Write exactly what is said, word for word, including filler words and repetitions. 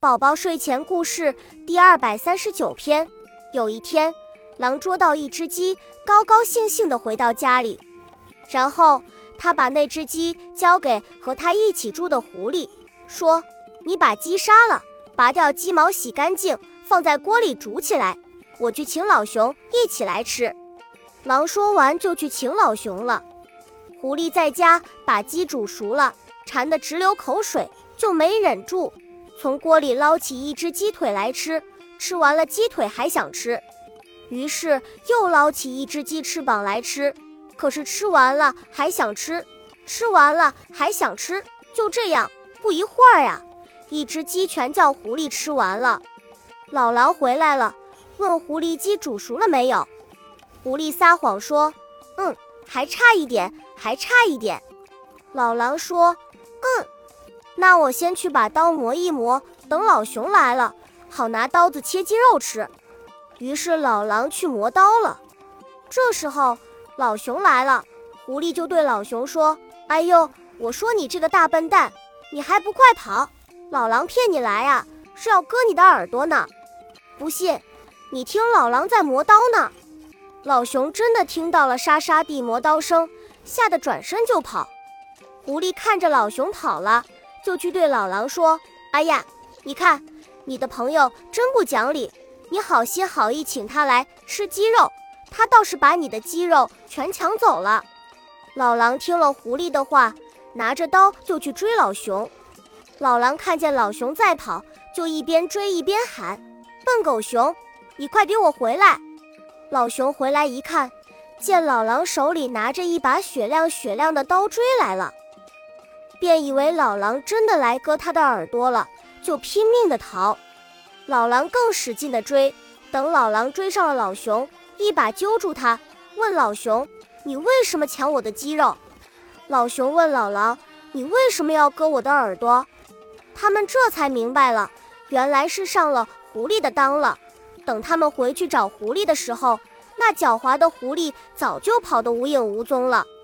宝宝睡前故事第二百三十九篇。有一天，狼捉到一只鸡，高高兴兴地回到家里，然后他把那只鸡交给和他一起住的狐狸，说：你把鸡杀了，拔掉鸡毛，洗干净，放在锅里煮起来，我去请老熊一起来吃。狼说完就去请老熊了。狐狸在家把鸡煮熟了，馋得直流口水，就没忍住，从锅里捞起一只鸡腿来吃，吃完了鸡腿还想吃，于是又捞起一只鸡翅膀来吃，可是吃完了还想吃，吃完了还想吃，就这样不一会儿呀，一只鸡全叫狐狸吃完了。老狼回来了，问狐狸鸡煮熟了没有。狐狸撒谎说：嗯，还差一点，还差一点。老狼说：嗯，那我先去把刀磨一磨，等老熊来了，好拿刀子切鸡肉吃。于是老狼去磨刀了。这时候老熊来了，狐狸就对老熊说：哎呦，我说你这个大笨蛋，你还不快跑，老狼骗你来啊，是要割你的耳朵呢。不信，你听老狼在磨刀呢。老熊真的听到了沙沙地磨刀声，吓得转身就跑。狐狸看着老熊跑了，就去对老狼说：哎呀，你看你的朋友真不讲理，你好心好意请他来吃鸡肉，他倒是把你的鸡肉全抢走了。老狼听了狐狸的话，拿着刀就去追老熊。老狼看见老熊在跑，就一边追一边喊：笨狗熊，你快给我回来！老熊回来一看，见老狼手里拿着一把雪亮雪亮的刀追来了，便以为老狼真的来割他的耳朵了，就拼命地逃。老狼更使劲地追，等老狼追上了老熊，一把揪住他，问老熊：你为什么抢我的鸡肉？老熊问老狼：你为什么要割我的耳朵？他们这才明白了，原来是上了狐狸的当了。等他们回去找狐狸的时候，那狡猾的狐狸早就跑得无影无踪了。